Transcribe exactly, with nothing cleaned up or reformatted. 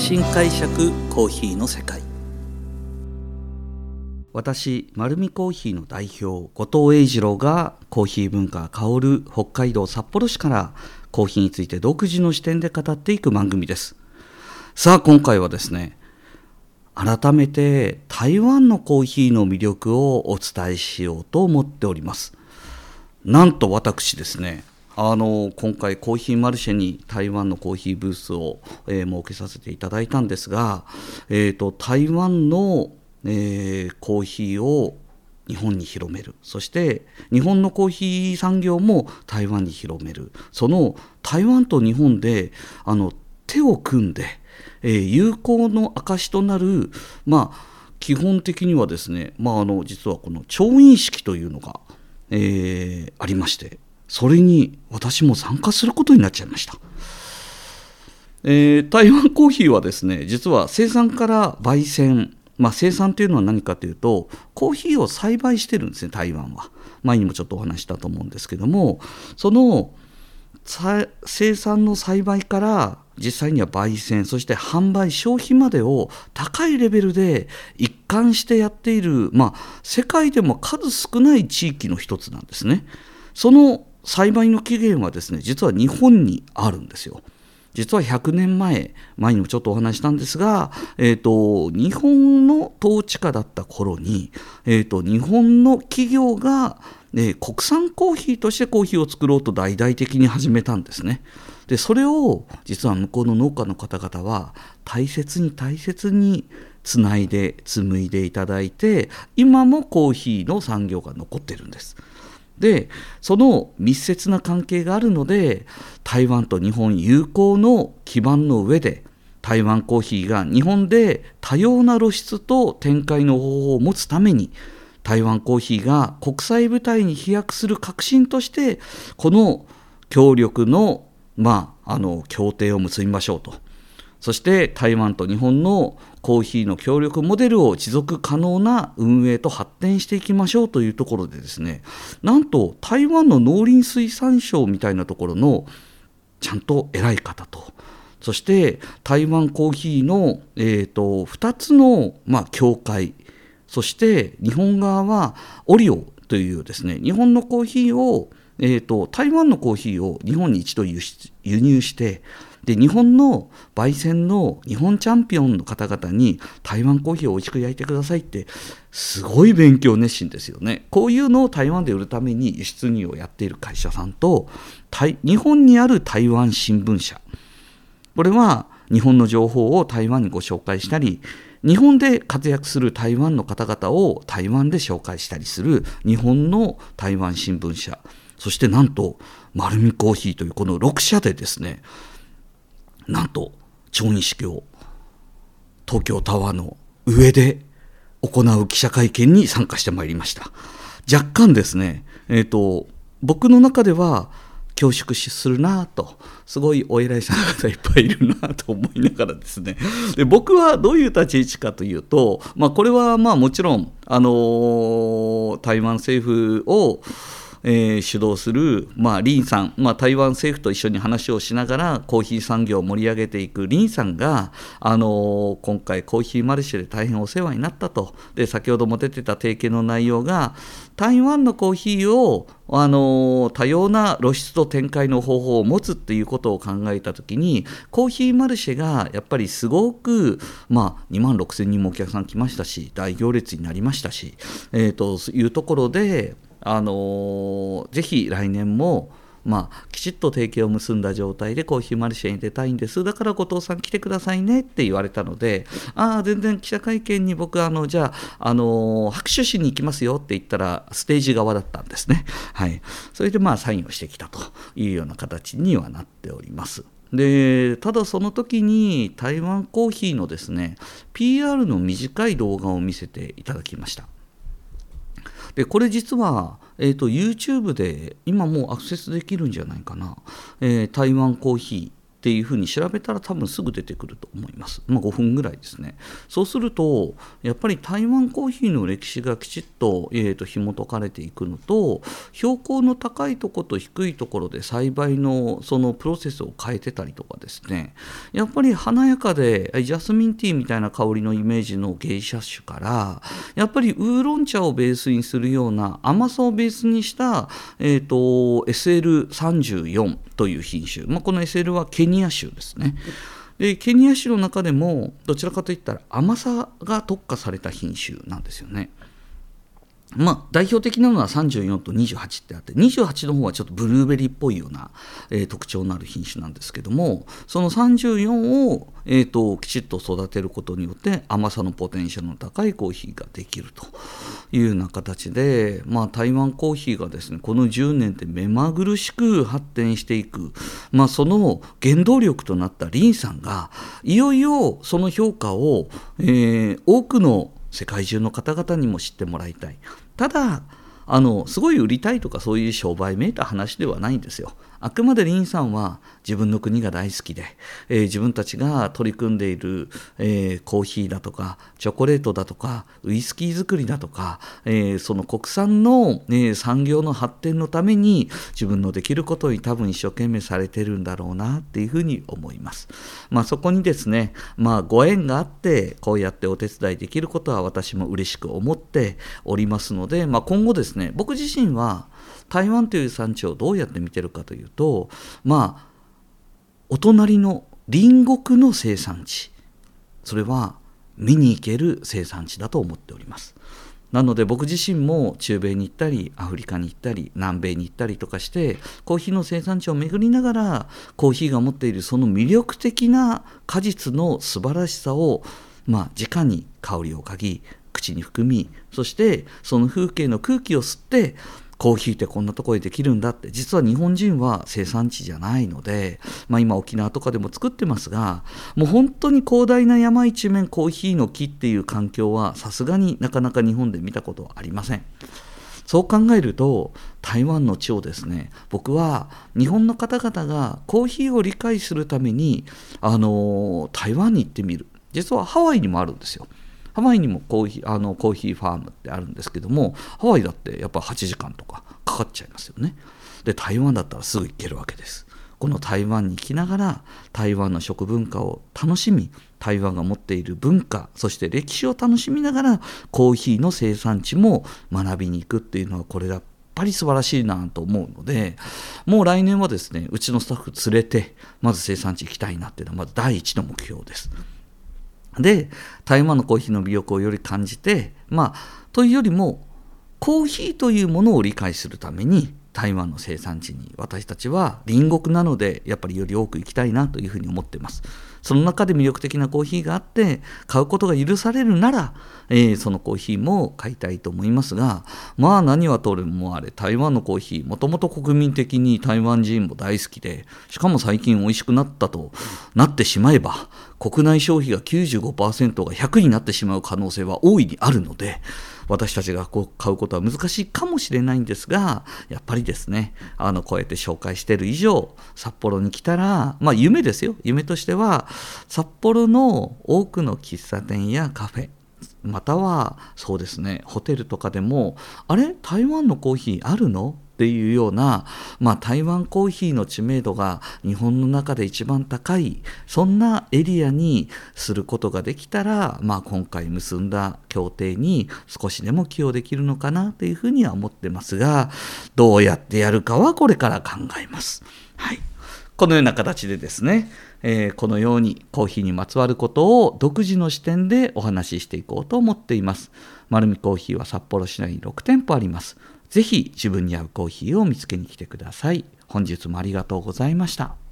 新解釈コーヒーの世界。私丸るコーヒーの代表後藤英二郎がコーヒー文化が香る北海道札幌市からコーヒーについて独自の視点で語っていく番組です。さあ今回はですね、改めて台湾のコーヒーの魅力をお伝えしようと思っております。なんと私ですね、あの今回コーヒーマルシェに台湾のコーヒーブースを、えー、設けさせていただいたんですが、えーと、台湾の、えー、コーヒーを日本に広める、そして日本のコーヒー産業も台湾に広める、その台湾と日本であの手を組んで、えー、友好の証となる、まあ、基本的にはですね、まあ、あの実はこの調印式というのが、えー、ありまして、それに私も参加することになっちゃいました。えー、台湾コーヒーはですね、実は生産から焙煎、まあ、生産というのは何かというとコーヒーを栽培してるんですね。台湾は前にもちょっとお話したと思うんですけども、その生産の栽培から実際には焙煎、そして販売消費までを高いレベルで一貫してやっている、まあ、世界でも数少ない地域の一つなんですね。その栽培の起源はですね、実は日本にあるんですよ。実はひゃくねんまえ、前にもちょっとお話したんですが、えーと、日本の統治下だった頃に、えーと、日本の企業が、えー、国産コーヒーとしてコーヒーを作ろうと大々的に始めたんですね。でそれを実は向こうの農家の方々は大切に大切につないで紡いでいただいて、今もコーヒーの産業が残ってるんです。でその密接な関係があるので、台湾と日本友好の基盤の上で台湾コーヒーが日本で多様な露出と展開の方法を持つために、台湾コーヒーが国際舞台に飛躍する革新として、この協力の、まあ、あの協定を結びましょうと。そして台湾と日本のコーヒーの協力モデルを持続可能な運営と発展していきましょうというところでですね、なんと台湾の農林水産省みたいなところのちゃんと偉い方と、そして台湾コーヒーの、えーと、ふたつの、まあ、協会、そして日本側はオリオというですね、日本のコーヒーを、えーと、台湾のコーヒーを日本に一度輸出、輸入して、で日本の焙煎の日本チャンピオンの方々に台湾コーヒーを美味しく焼いてくださいって、すごい勉強熱心ですよね。こういうのを台湾で売るために輸出入をやっている会社さんと、日本にある台湾新聞社、これは日本の情報を台湾にご紹介したり、日本で活躍する台湾の方々を台湾で紹介したりする日本の台湾新聞社、そしてなんと丸るコーヒーというこのろくしゃでですね、なんと調印式を東京タワーの上で行う記者会見に参加してまいりました。若干ですね、えーと、僕の中では恐縮するなと、すごいお偉いさん方いっぱいいるなと思いながらですね、で僕はどういう立ち位置かというと、まあ、これはまあもちろん、あのー、台湾政府をえー、主導する、まあ、林さん、まあ、台湾政府と一緒に話をしながらコーヒー産業を盛り上げていく林さんが、あのー、今回コーヒーマルシェで大変お世話になったと。で先ほども出てた提携の内容が、台湾のコーヒーを、あのー、多様な露出と展開の方法を持つっていうことを考えたときに、コーヒーマルシェがやっぱりすごく、まあ、にまんろくせんにんもお客さん来ましたし、大行列になりましたし、えー、というところで、あのー、ぜひ来年も、まあ、きちっと提携を結んだ状態でコーヒーマルシェに出たいんです、だから後藤さん来てくださいねって言われたので、ああ全然記者会見に僕あのじゃあ、あのー、拍手しに行きますよって言ったらステージ側だったんですね。はい、それでまあサインをしてきたというような形にはなっております。でただその時に台湾コーヒーのですね ピーアール の短い動画を見せていただきました。でこれ実は、えーと、YouTube で今もうアクセスできるんじゃないかな、えー、台湾コーヒっていうふうに調べたら多分すぐ出てくると思います。まあ、ごふんぐらいですね。そうするとやっぱり台湾コーヒーの歴史がきちっと、えー、と紐解かれていくのと、標高の高いところと低いところで栽培のそのプロセスを変えてたりとかですね、やっぱり華やかでジャスミンティーみたいな香りのイメージの芸者種からやっぱりウーロン茶をベースにするような甘さをベースにした、えー、と エスエルさんじゅうよん という品種、まあ、この エスエル はケニア種ですね。でケニア種の中でもどちらかといったら甘さが特化された品種なんですよね。まあ、代表的なのはさんじゅうよんとにじゅうはちってあって、にじゅうはちの方はちょっとブルーベリーっぽいような、えー、特徴のある品種なんですけども、そのさんじゅうよんを、えー、ときちっと育てることによって甘さのポテンシャルの高いコーヒーができるというような形で、まあ、台湾コーヒーがですねこのじゅうねんで目まぐるしく発展していく、まあ、その原動力となった林さんがいよいよその評価を、えー、多くの世界中の方々にも知ってもらいたい。ただあのすごい売りたいとかそういう商売めいた話ではないんですよ。あくまで林さんは自分の国が大好きで、えー、自分たちが取り組んでいる、えー、コーヒーだとかチョコレートだとかウイスキー作りだとか、えー、その国産の、えー、産業の発展のために自分のできることに多分一生懸命されてるんだろうなっていうふうに思います。まあ、そこにですね、まあ、ご縁があってこうやってお手伝いできることは私も嬉しく思っておりますので、まあ、今後ですね僕自身は台湾という産地をどうやって見てるかというと、まあお隣の隣国の生産地、それは見に行ける生産地だと思っております。なので僕自身も中米に行ったりアフリカに行ったり南米に行ったりとかしてコーヒーの生産地を巡りながらコーヒーが持っているその魅力的な果実の素晴らしさを、まあ、直に香りを嗅ぎ口に含み、そしてその風景の空気を吸ってコーヒーってこんなところでできるんだって。実は日本人は生産地じゃないので、まあ、今沖縄とかでも作ってますが、もう本当に広大な山一面コーヒーの木っていう環境はさすがになかなか日本で見たことはありません。そう考えると台湾の地をですね、僕は日本の方々がコーヒーを理解するためにあの台湾に行ってみる。実はハワイにもあるんですよ。ハワイにもコーヒー、あのコーヒーファームってあるんですけども、ハワイだってやっぱはちじかんとかかかっちゃいますよね。で台湾だったらすぐ行けるわけです。この台湾に行きながら台湾の食文化を楽しみ、台湾が持っている文化そして歴史を楽しみながらコーヒーの生産地も学びに行くっていうのはこれやっぱり素晴らしいなと思うので、もう来年はですねうちのスタッフ連れてまず生産地行きたいなっていうのはまず第一の目標です。で台湾のコーヒーの魅力をより感じて、まあというよりもコーヒーというものを理解するために台湾の生産地に私たちは隣国なのでやっぱりより多く行きたいなというふうに思っています。その中で魅力的なコーヒーがあって買うことが許されるなら、えー、そのコーヒーも買いたいと思いますが、まあ何はとれもあれ台湾のコーヒーもともと国民的に台湾人も大好きで、しかも最近美味しくなったとなってしまえば国内消費が きゅうじゅうごパーセント がひゃくになってしまう可能性は大いにあるので、私たちがこう買うことは難しいかもしれないんですが、やっぱりですねあのこうやって紹介している以上札幌に来たら、まあ夢ですよ、夢としては札幌の多くの喫茶店やカフェまたはそうですねホテルとかでもあれ台湾のコーヒーあるのっていうような、まあ、台湾コーヒーの知名度が日本の中で一番高いそんなエリアにすることができたら、まあ、今回結んだ協定に少しでも寄与できるのかなというふうには思ってますが、どうやってやるかはこれから考えます。はい、このような形でですね、えー、このようにコーヒーにまつわることを独自の視点でお話ししていこうと思っています。丸見コーヒーは札幌市内にろくてんぽあります。ぜひ自分に合うコーヒーを見つけに来てください。本日もありがとうございました。